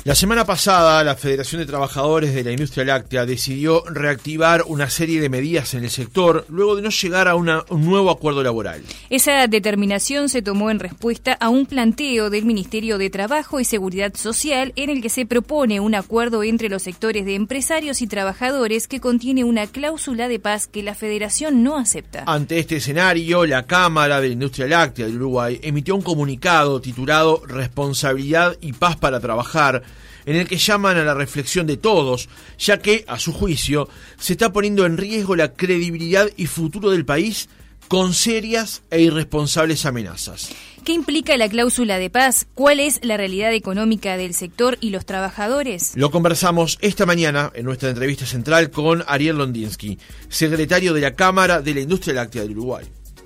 La semana pasada, la Federación de Trabajadores de la Industria Láctea decidió reactivar una serie de medidas en el sector luego de no llegar a un nuevo acuerdo laboral. Esa determinación se tomó en respuesta a un planteo del Ministerio de Trabajo y Seguridad Social en el que se propone un acuerdo entre los sectores de empresarios y trabajadores que contiene una cláusula de paz que la Federación no acepta. Ante este escenario, la Cámara de la Industria Láctea del Uruguay emitió un comunicado titulado Responsabilidad y Paz para Trabajar, en el que llaman a la reflexión de todos, ya que, a su juicio, se está poniendo en riesgo la credibilidad y futuro del país con serias e irresponsables amenazas. ¿Qué implica la cláusula de paz? ¿Cuál es la realidad económica del sector y los trabajadores? Lo conversamos esta mañana en nuestra entrevista central con Ariel Londinsky, secretario de la Cámara de la Industria Láctea del Uruguay.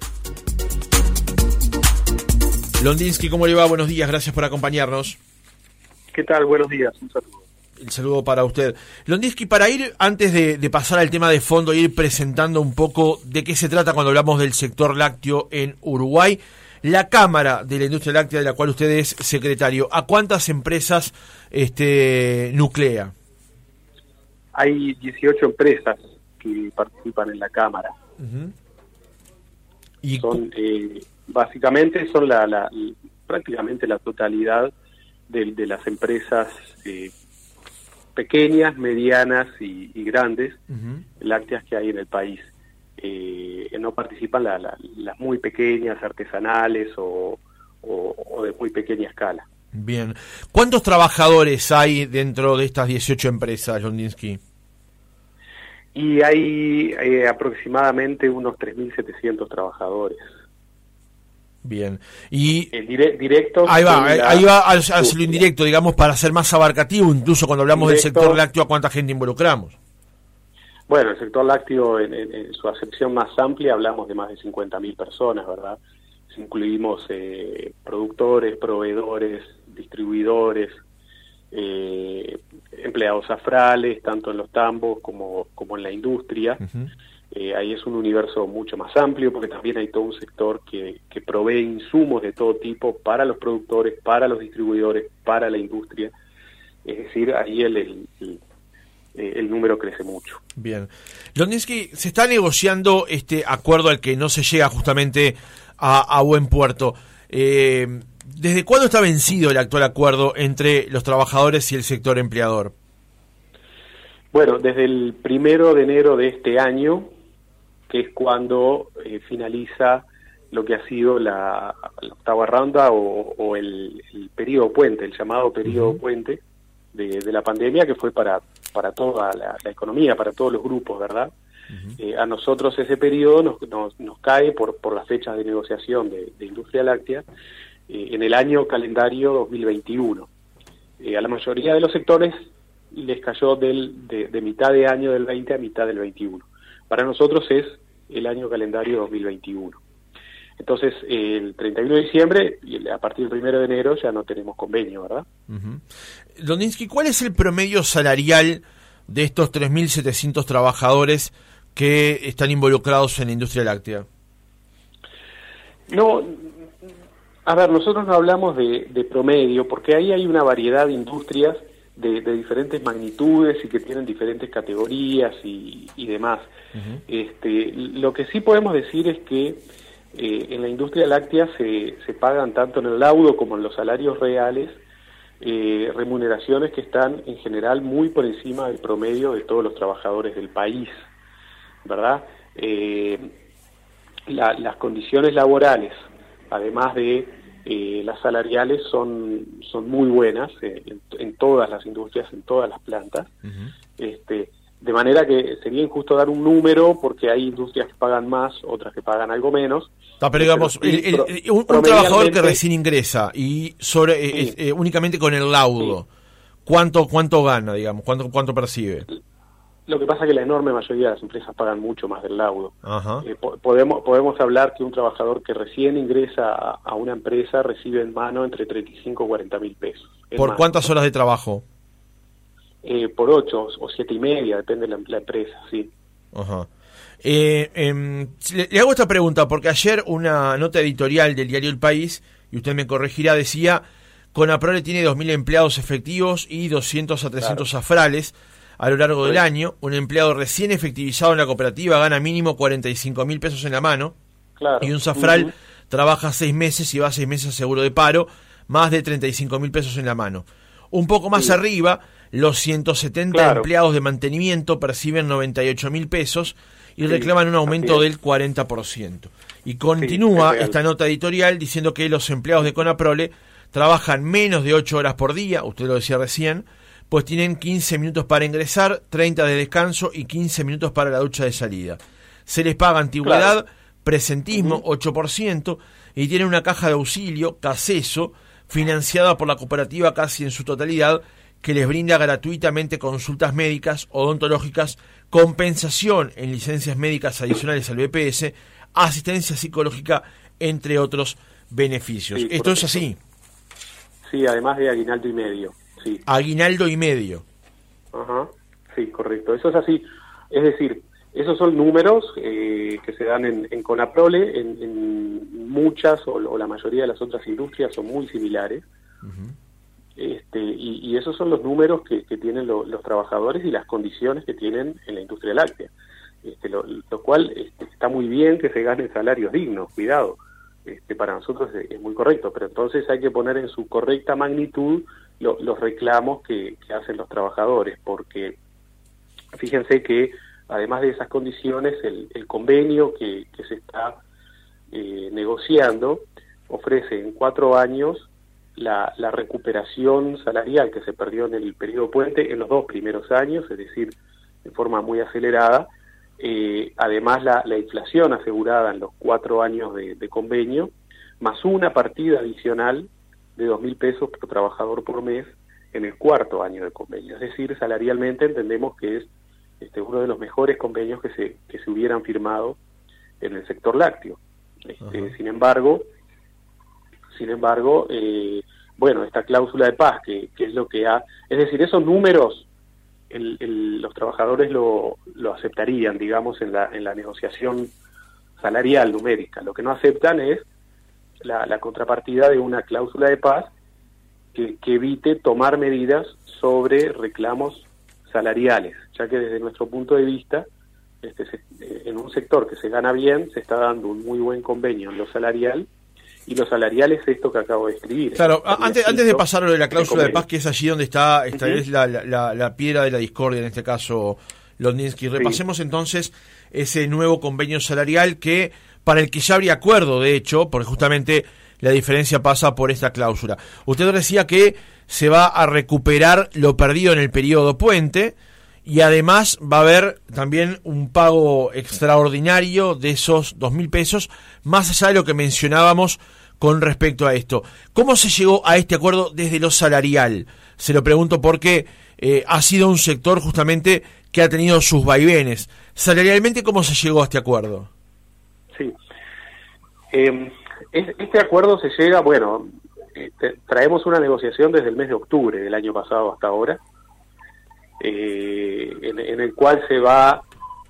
Londinsky, ¿cómo le va? Buenos días, gracias por acompañarnos. ¿Qué tal? Buenos días, un saludo. El saludo para usted. Londinsky, para ir, antes de pasar al tema de fondo, ir presentando un poco de qué se trata cuando hablamos del sector lácteo en Uruguay, la Cámara de la Industria Láctea, de la cual usted es secretario, ¿a cuántas empresas nuclea? Hay 18 empresas que participan en la Cámara. Uh-huh. Y son básicamente son prácticamente la totalidad de las empresas pequeñas, medianas y grandes uh-huh. lácteas que hay en el país. No participan las muy pequeñas, artesanales o de muy pequeña escala. Bien. ¿Cuántos trabajadores hay dentro de estas 18 empresas, Londinsky? Y hay aproximadamente unos 3.700 trabajadores. Bien. Y directos. Ahí va hacia lo indirecto, digamos, para ser más abarcativo, incluso cuando hablamos del sector lácteo, ¿a cuánta gente involucramos? Bueno, el sector lácteo, en su acepción más amplia, hablamos de más de 50.000 personas, ¿verdad? Si incluimos productores, proveedores, distribuidores, empleados afrales, tanto en los tambos como en la industria. Uh-huh. Ahí es un universo mucho más amplio, porque también hay todo un sector que provee insumos de todo tipo para los productores, para los distribuidores, para la industria. Es decir, ahí el número crece mucho. Bien. Londinsky, se está negociando este acuerdo al que no se llega justamente a buen puerto. ¿Desde cuándo está vencido el actual acuerdo entre los trabajadores y el sector empleador? Bueno, desde el 1 de enero de este año, que es cuando finaliza lo que ha sido la octava ronda o el periodo puente, el llamado periodo uh-huh. puente de la pandemia, que fue para toda la economía, para todos los grupos, ¿verdad? Uh-huh. A nosotros ese periodo nos cae por las fechas de negociación de Industria Láctea en el año calendario 2021. A la mayoría de los sectores les cayó de mitad de año del 20 a mitad del 21. Para nosotros es el año calendario 2021. Entonces, el 31 de diciembre, y a partir del 1 de enero, ya no tenemos convenio, ¿verdad? Uh-huh. Londinsky, ¿cuál es el promedio salarial de estos 3.700 trabajadores que están involucrados en la industria láctea? No, a ver, nosotros no hablamos de promedio, porque ahí hay una variedad de industrias de diferentes magnitudes y que tienen diferentes categorías y demás. Uh-huh. Lo que sí podemos decir es que en la industria láctea se pagan tanto en el laudo como en los salarios reales remuneraciones que están en general muy por encima del promedio de todos los trabajadores del país, ¿verdad? Las condiciones laborales, además de las salariales, son muy buenas en todas las industrias, en todas las plantas. Uh-huh. De manera que sería injusto dar un número, porque hay industrias que pagan más, otras que pagan algo menos. Pero digamos, un trabajador que recién ingresa y únicamente con el laudo, sí. ¿Cuánto gana, digamos? ¿Cuánto percibe? Lo que pasa es que la enorme mayoría de las empresas pagan mucho más del laudo. Uh-huh. Podemos hablar que un trabajador que recién ingresa a una empresa recibe en mano entre 35 y 40 mil pesos. ¿Por cuántas horas de trabajo? Por 8 o 7 y media, depende de la empresa, sí. Ajá. Le hago esta pregunta porque ayer una nota editorial del diario El País, y usted me corregirá, decía Conaprole tiene 2.000 empleados efectivos y 200 a 300 afrales a lo largo del año. Un empleado recién efectivizado en la cooperativa gana mínimo 45.000 pesos en la mano. Y un zafral trabaja 6 meses y va 6 meses a seguro de paro, más de 35.000 pesos en la mano. Un poco más arriba, los 170 empleados de mantenimiento perciben 98.000 pesos y reclaman un aumento del 40%. Y continúa esta nota editorial diciendo que los empleados de Conaprole trabajan menos de 8 horas por día, usted lo decía recién, pues tienen 15 minutos para ingresar, 30 de descanso y 15 minutos para la ducha de salida. Se les paga antigüedad, presentismo, 8%, y tienen una caja de auxilio, CASESO, financiada por la cooperativa casi en su totalidad, que les brinda gratuitamente consultas médicas, odontológicas, compensación en licencias médicas adicionales al BPS, asistencia psicológica, entre otros beneficios. Sí, ¿esto es así? Sí, además de aguinaldo y medio. Sí. Aguinaldo y medio. Ajá, sí, correcto. Eso es así. Es decir, esos son números que se dan en Conaprole, en muchas o la mayoría de las otras industrias son muy similares. Y esos son los números que tienen los trabajadores y las condiciones que tienen en la industria láctea. Lo cual está muy bien que se ganen salarios dignos, cuidado. Para nosotros es muy correcto, pero entonces hay que poner en su correcta magnitud los reclamos que hacen los trabajadores, porque fíjense que además de esas condiciones, el convenio que se está negociando ofrece en 4 años la recuperación salarial que se perdió en el periodo puente en los 2 primeros años, es decir, de forma muy acelerada. Además la inflación asegurada en los 4 años de convenio, más una partida adicional de 2.000 pesos por trabajador por mes en el 4º año de convenio. Es decir, salarialmente entendemos que es uno de los mejores convenios que se hubieran firmado en el sector lácteo. Sin embargo, bueno, esta cláusula de paz, que es lo que es decir, esos números los trabajadores lo aceptarían, digamos, en la negociación salarial numérica. Lo que no aceptan es la contrapartida de una cláusula de paz que evite tomar medidas sobre reclamos salariales, ya que desde nuestro punto de vista, en un sector que se gana bien, se está dando un muy buen convenio en lo salarial, y lo salarial es esto que acabo de escribir. Claro, antes de pasar a lo de la cláusula de paz, que es allí donde está es la piedra de la discordia, en este caso, Londinsky. Repasemos entonces ese nuevo convenio salarial para el que ya habría acuerdo, de hecho, porque justamente la diferencia pasa por esta cláusula. Usted decía que se va a recuperar lo perdido en el periodo puente, y además va a haber también un pago extraordinario de esos 2.000 pesos, más allá de lo que mencionábamos con respecto a esto. ¿Cómo se llegó a este acuerdo desde lo salarial? Se lo pregunto porque ha sido un sector justamente que ha tenido sus vaivenes. Salarialmente, ¿cómo se llegó a este acuerdo? Sí. Este acuerdo se llega, bueno, traemos una negociación desde el mes de octubre del año pasado hasta ahora, en el cual se va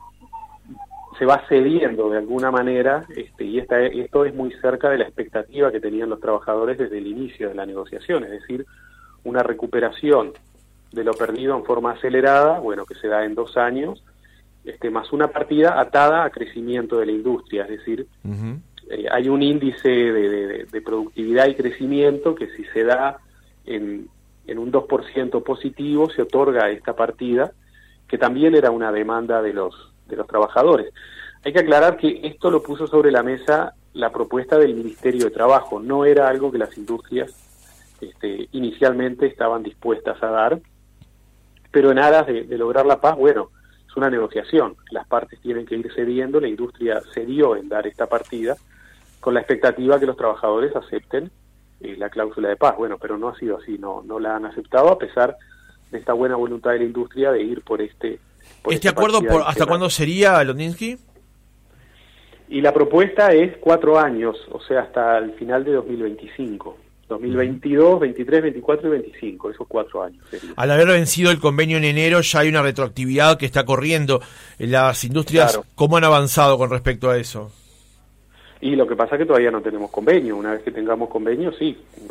cediendo de alguna manera, y esto es muy cerca de la expectativa que tenían los trabajadores desde el inicio de la negociación, es decir, una recuperación de lo perdido en forma acelerada, bueno, que se da en 2 años, más una partida atada a crecimiento de la industria, es decir, hay un índice de productividad y crecimiento que si se da en un 2% positivo se otorga esta partida, que también era una demanda de los trabajadores. Hay que aclarar que esto lo puso sobre la mesa la propuesta del Ministerio de Trabajo, no era algo que las industrias inicialmente estaban dispuestas a dar, pero en aras de lograr la paz, bueno, es una negociación, las partes tienen que ir cediendo, la industria cedió en dar esta partida, con la expectativa que los trabajadores acepten la cláusula de paz. Bueno, pero no ha sido así, no la han aceptado, a pesar de esta buena voluntad de la industria de ir por este acuerdo. ¿Hasta cuándo sería, Londinsky? Y la propuesta es 4 años, o sea, hasta el final de 2025. 2022, 23, 24 y 25, esos 4 años serían. Al haber vencido el convenio en enero, ya hay una retroactividad que está corriendo. Las industrias, claro. ¿Cómo han avanzado con respecto a eso? Y lo que pasa es que todavía no tenemos convenio. Una vez que tengamos convenio, sí.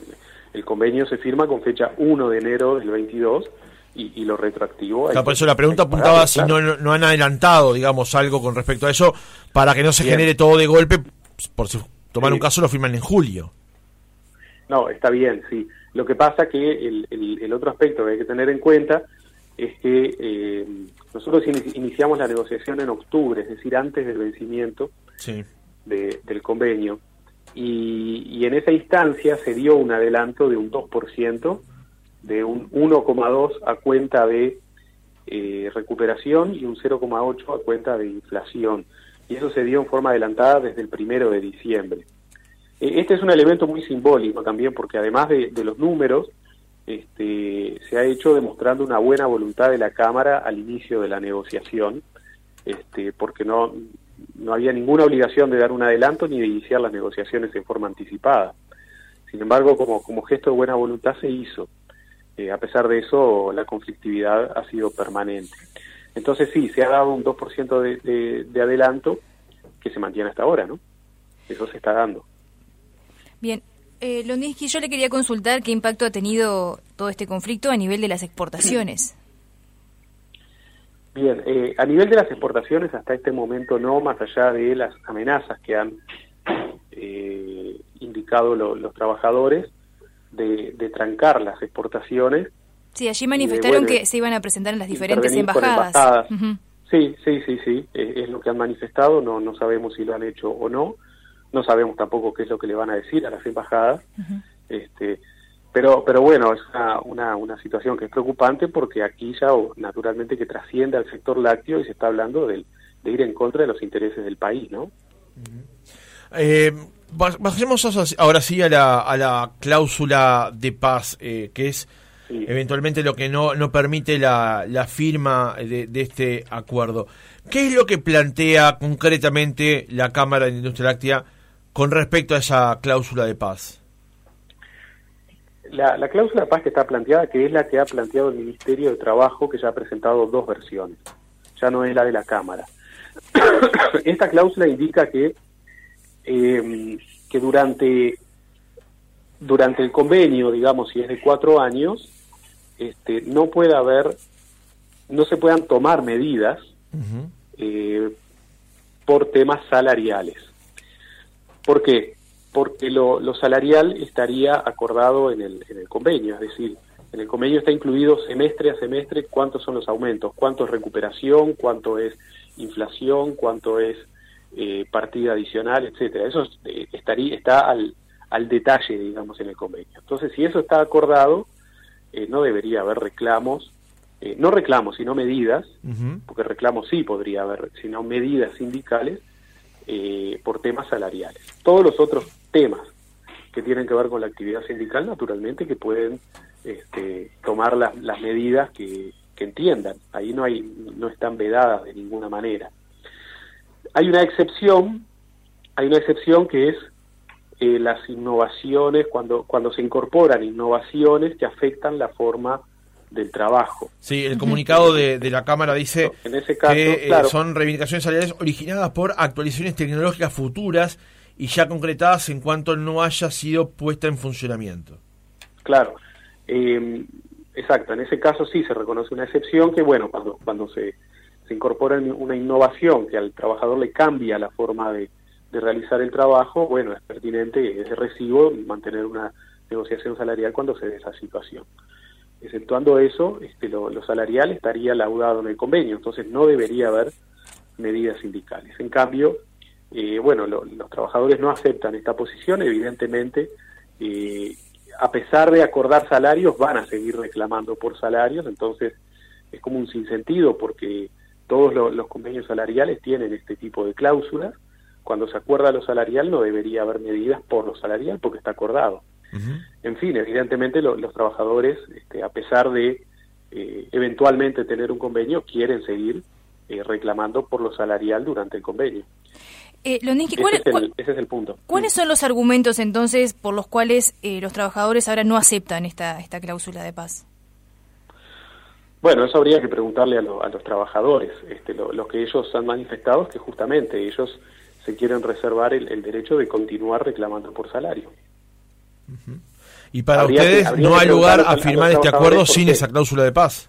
El convenio se firma con fecha 1 de enero del 22 y lo retroactivo... Claro, por eso la pregunta apuntaba si no han adelantado, digamos, algo con respecto a eso, para que no se genere todo de golpe, por si tomar un caso lo firman en julio. No, está bien, sí. Lo que pasa que el otro aspecto que hay que tener en cuenta es que nosotros iniciamos la negociación en octubre, es decir, antes del vencimiento del convenio, y en esa instancia se dio un adelanto de un 2%, de un 1,2 a cuenta de recuperación y un 0,8 a cuenta de inflación, y eso se dio en forma adelantada desde el 1 de diciembre. Este es un elemento muy simbólico también, porque además de los números, se ha hecho demostrando una buena voluntad de la Cámara al inicio de la negociación, porque no había ninguna obligación de dar un adelanto ni de iniciar las negociaciones en forma anticipada. Sin embargo, como gesto de buena voluntad se hizo. A pesar de eso, la conflictividad ha sido permanente. Entonces sí, se ha dado un 2% de adelanto que se mantiene hasta ahora, ¿no? Eso se está dando. Bien. Loninsky, yo le quería consultar qué impacto ha tenido todo este conflicto a nivel de las exportaciones. Bien, a nivel de las exportaciones hasta este momento no, más allá de las amenazas que han indicado los trabajadores de trancar las exportaciones. Sí, allí manifestaron que se iban a presentar en las diferentes embajadas. Uh-huh. Sí, es lo que han manifestado, no sabemos si lo han hecho o no. No sabemos tampoco qué es lo que le van a decir a las embajadas, pero bueno, es una situación que es preocupante, porque aquí ya naturalmente que trasciende al sector lácteo y se está hablando de ir en contra de los intereses del país, ¿no? Bajemos ahora sí a la cláusula de paz, que es eventualmente lo que no permite la firma de este acuerdo. ¿Qué es lo que plantea concretamente la Cámara de Industria Láctea con respecto a esa cláusula de paz? La cláusula de paz que está planteada, que es la que ha planteado el Ministerio de Trabajo, que ya ha presentado 2 versiones, ya no es la de la Cámara. Esta cláusula indica que durante el convenio, digamos, si es de 4 años, no se puedan tomar medidas por temas salariales. ¿Por qué? Porque lo salarial estaría acordado en el convenio, es decir, en el convenio está incluido semestre a semestre cuántos son los aumentos, cuánto es recuperación, cuánto es inflación, cuánto es partida adicional, etcétera. Eso está al detalle, digamos, en el convenio. Entonces, si eso está acordado, no debería haber reclamos, no reclamos, sino medidas, porque reclamos sí podría haber, sino medidas sindicales por temas salariales. Todos los otros temas que tienen que ver con la actividad sindical, naturalmente que pueden tomar las medidas que entiendan. Ahí no están vedadas de ninguna manera. Hay una excepción que es las innovaciones, cuando se incorporan innovaciones que afectan la forma del trabajo. Sí, el comunicado de la Cámara dice en ese caso, que son reivindicaciones salariales originadas por actualizaciones tecnológicas futuras y ya concretadas en cuanto no haya sido puesta en funcionamiento. Claro, exacto, en ese caso sí se reconoce una excepción que, bueno, cuando se incorpora una innovación que al trabajador le cambia la forma de realizar el trabajo, bueno, es pertinente, es de recibo mantener una negociación salarial cuando se dé esa situación. Exceptuando eso, lo salarial estaría laudado en el convenio, entonces no debería haber medidas sindicales. En cambio, los trabajadores no aceptan esta posición, evidentemente, a pesar de acordar salarios, van a seguir reclamando por salarios, entonces es como un sinsentido, porque todos los convenios salariales tienen este tipo de cláusulas. Cuando se acuerda lo salarial no debería haber medidas por lo salarial porque está acordado. En fin, evidentemente los trabajadores, a pesar de eventualmente tener un convenio, quieren seguir reclamando por lo salarial durante el convenio. Loninsky, ese es el punto. ¿Cuáles son los argumentos entonces por los cuales los trabajadores ahora no aceptan esta cláusula de paz? Bueno, eso habría que preguntarle a los trabajadores. Lo que ellos han manifestado es que justamente ellos se quieren reservar el derecho de continuar reclamando por salario. Y para ustedes no hay lugar a firmar este acuerdo sin esa cláusula de paz.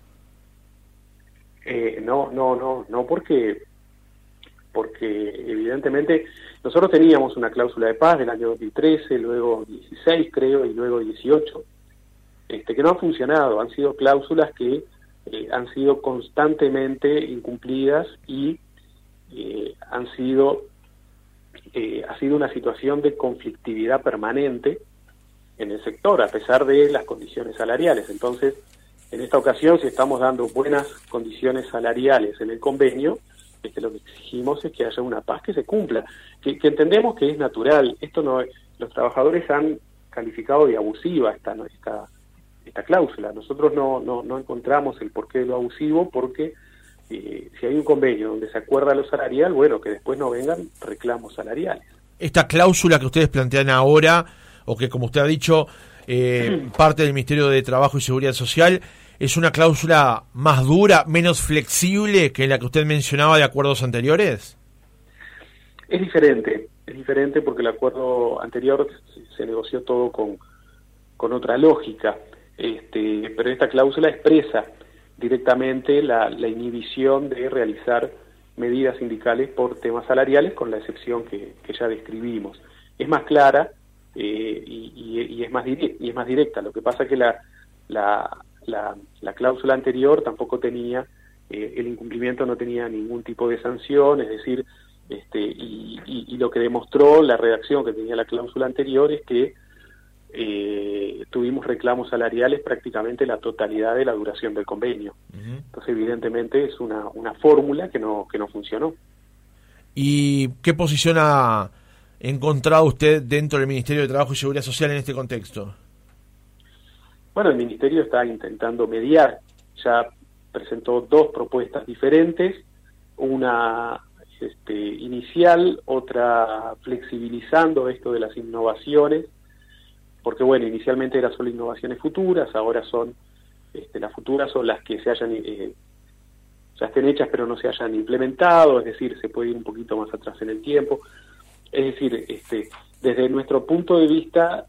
No, porque evidentemente nosotros teníamos una cláusula de paz del año 2013, luego 16 creo, y luego 18, que no han funcionado. Han sido cláusulas que han sido constantemente incumplidas y ha sido una situación de conflictividad permanente en el sector, a pesar de las condiciones salariales. Entonces, en esta ocasión, si estamos dando buenas condiciones salariales en el convenio, lo que exigimos es que haya una paz que se cumpla, que entendemos que es natural. Esto no, los trabajadores han calificado de abusiva esta cláusula. Nosotros no encontramos el porqué de lo abusivo, porque si hay un convenio donde se acuerda lo salarial, bueno, que después no vengan reclamos salariales. Esta cláusula que ustedes plantean ahora, o que como usted ha dicho, parte del Ministerio de Trabajo y Seguridad Social, ¿es una cláusula más dura, menos flexible que la que usted mencionaba de acuerdos anteriores? Es diferente porque el acuerdo anterior se negoció todo con otra lógica, pero esta cláusula expresa directamente la inhibición de realizar medidas sindicales por temas salariales, con la excepción que ya describimos. Es más clara y es más directa. Lo que pasa es que la cláusula anterior tampoco tenía, el incumplimiento no tenía ningún tipo de sanción, es decir, y lo que demostró la redacción que tenía la cláusula anterior es que tuvimos reclamos salariales prácticamente la totalidad de la duración del convenio. Entonces, evidentemente, es una fórmula que no funcionó. ¿Y qué posición ha encontrado usted dentro del Ministerio de Trabajo y Seguridad Social en este contexto? Bueno, el Ministerio está intentando mediar. Ya presentó 2 propuestas diferentes, una inicial, otra flexibilizando esto de las innovaciones, porque bueno, inicialmente eran solo innovaciones futuras, ahora son las futuras son las que ya estén hechas pero no se hayan implementado, es decir, se puede ir un poquito más atrás en el tiempo. Es decir, desde nuestro punto de vista,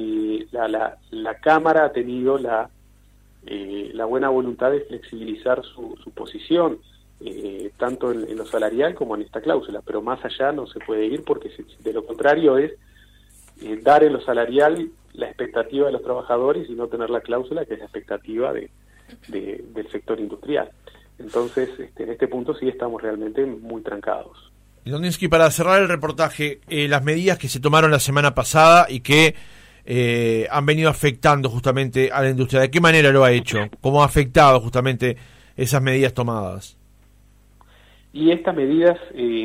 la Cámara ha tenido la buena voluntad de flexibilizar su posición, tanto en lo salarial como en esta cláusula, pero más allá no se puede ir, porque de lo contrario es dar en lo salarial la expectativa de los trabajadores y no tener la cláusula, que es la expectativa del sector industrial. Entonces, en este punto sí estamos realmente muy trancados. Loninsky, para cerrar el reportaje, las medidas que se tomaron la semana pasada y que han venido afectando justamente a la industria, ¿de qué manera lo ha hecho? ¿Cómo ha afectado justamente esas medidas tomadas? Y estas medidas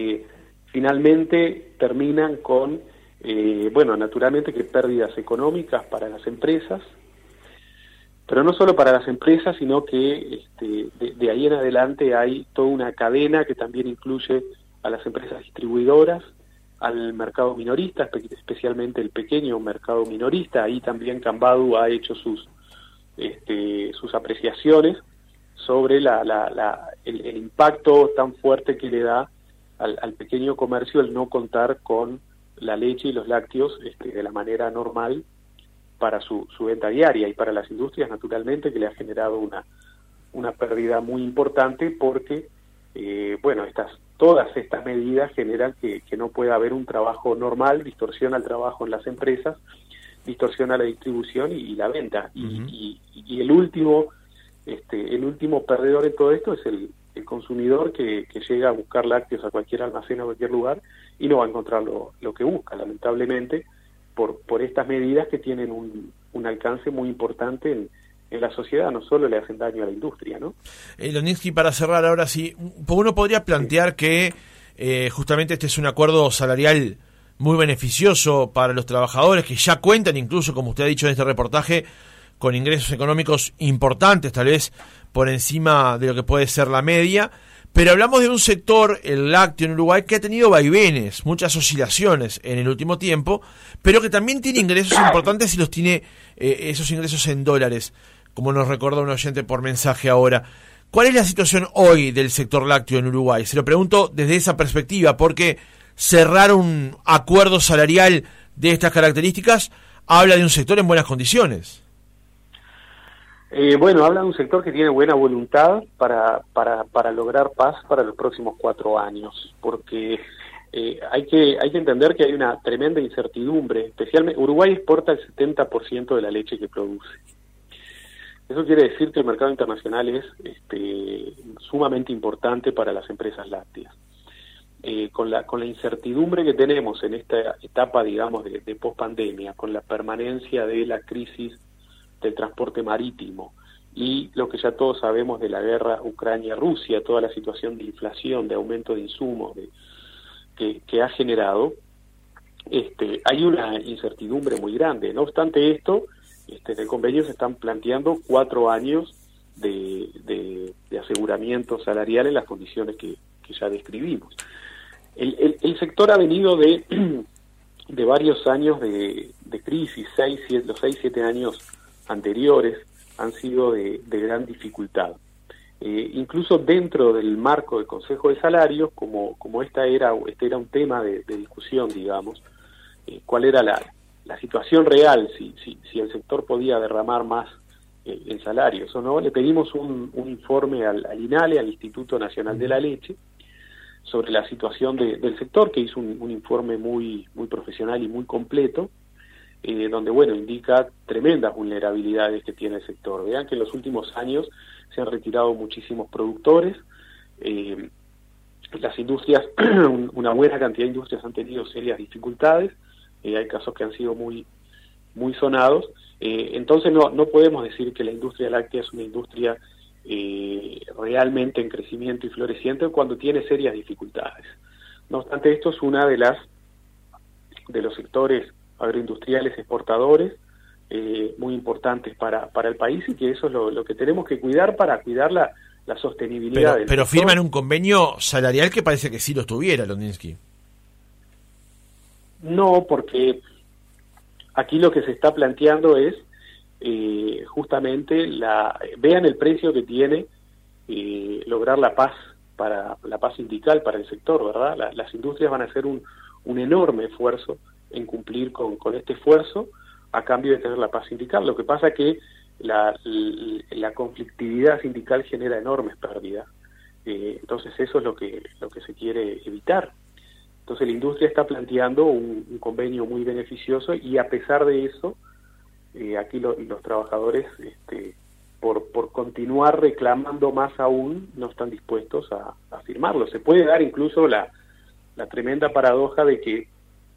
finalmente terminan con, naturalmente que pérdidas económicas para las empresas, pero no solo para las empresas, sino que de ahí en adelante hay toda una cadena que también incluye a las empresas distribuidoras, al mercado minorista, especialmente el pequeño mercado minorista. Ahí también Cambadu ha hecho sus apreciaciones sobre el impacto tan fuerte que le da al pequeño comercio el no contar con la leche y los lácteos de la manera normal para su venta diaria, y para las industrias naturalmente que le ha generado una pérdida muy importante, porque todas estas medidas generan que no pueda haber un trabajo normal, distorsiona el trabajo en las empresas, distorsiona la distribución y la venta. Y el último perdedor en todo esto es el consumidor que llega a buscar lácteos a cualquier almacén, a cualquier lugar, y no va a encontrar lo que busca, lamentablemente, por estas medidas que tienen un alcance muy importante en la sociedad. No solo le hacen daño a la industria, ¿no? Loninsky, para cerrar ahora sí, uno podría plantear que justamente este es un acuerdo salarial muy beneficioso para los trabajadores, que ya cuentan incluso, como usted ha dicho en este reportaje, con ingresos económicos importantes, tal vez por encima de lo que puede ser la media, pero hablamos de un sector, el lácteo en Uruguay, que ha tenido vaivenes, muchas oscilaciones en el último tiempo, pero que también tiene ingresos importantes y los tiene esos ingresos en dólares, como nos recuerda un oyente por mensaje ahora. ¿Cuál es la situación hoy del sector lácteo en Uruguay? Se lo pregunto desde esa perspectiva, porque cerrar un acuerdo salarial de estas características habla de un sector en buenas condiciones. Bueno, habla de un sector que tiene buena voluntad para lograr paz para los próximos 4 años, porque hay que entender que hay una tremenda incertidumbre. Especialmente Uruguay exporta el 70% de la leche que produce. Eso quiere decir que el mercado internacional es sumamente importante para las empresas lácteas. Con la incertidumbre que tenemos en esta etapa, digamos, de pospandemia, con la permanencia de la crisis del transporte marítimo y lo que ya todos sabemos de la guerra Ucrania-Rusia, toda la situación de inflación, de aumento de insumos que ha generado, hay una incertidumbre muy grande. No obstante esto, en el convenio se están planteando 4 años de aseguramiento salarial en las condiciones que ya describimos. El sector ha venido de varios años de crisis. Los 6-7 años anteriores han sido de gran dificultad. Incluso dentro del marco del Consejo de Salarios, como este era un tema de discusión, digamos, cuál era la situación real, si el sector podía derramar más en salarios o no, le pedimos un informe al INALE, al Instituto Nacional de la Leche, sobre la situación del sector, que hizo un informe muy profesional y muy completo, donde, bueno, indica tremendas vulnerabilidades que tiene el sector. Vean que en los últimos años se han retirado muchísimos productores, las industrias, una buena cantidad de industrias han tenido serias dificultades, hay casos que han sido muy sonados, entonces no podemos decir que la industria láctea es una industria realmente en crecimiento y floreciente cuando tiene serias dificultades. No obstante, esto es una de los sectores agroindustriales exportadores muy importantes para el país, y que eso es lo que tenemos que cuidar para cuidar la sostenibilidad del pero sector. firman un convenio salarial que parece que sí lo tuviera, Londinsky. No, porque aquí lo que se está planteando es justamente vean el precio que tiene lograr la paz sindical para el sector, ¿verdad? Las industrias van a hacer un enorme esfuerzo en cumplir con este esfuerzo a cambio de tener la paz sindical. Lo que pasa es que la conflictividad sindical genera enormes pérdidas, entonces eso es lo que se quiere evitar. Entonces la industria está planteando un convenio muy beneficioso, y a pesar de eso, aquí los trabajadores, por continuar reclamando más aún, no están dispuestos a firmarlo. Se puede dar incluso la tremenda paradoja de que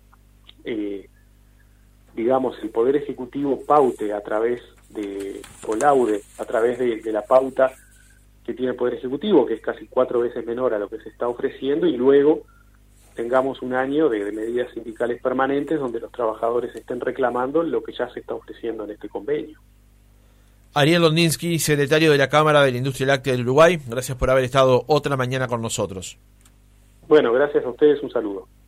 digamos, el Poder Ejecutivo paute colaude a través de la pauta que tiene el Poder Ejecutivo, que es casi 4 veces menor a lo que se está ofreciendo, y luego tengamos un año de medidas sindicales permanentes donde los trabajadores estén reclamando lo que ya se está ofreciendo en este convenio. Ariel Londinsky, secretario de la Cámara de la Industria Láctea del Uruguay, gracias por haber estado otra mañana con nosotros. Bueno, gracias a ustedes, un saludo.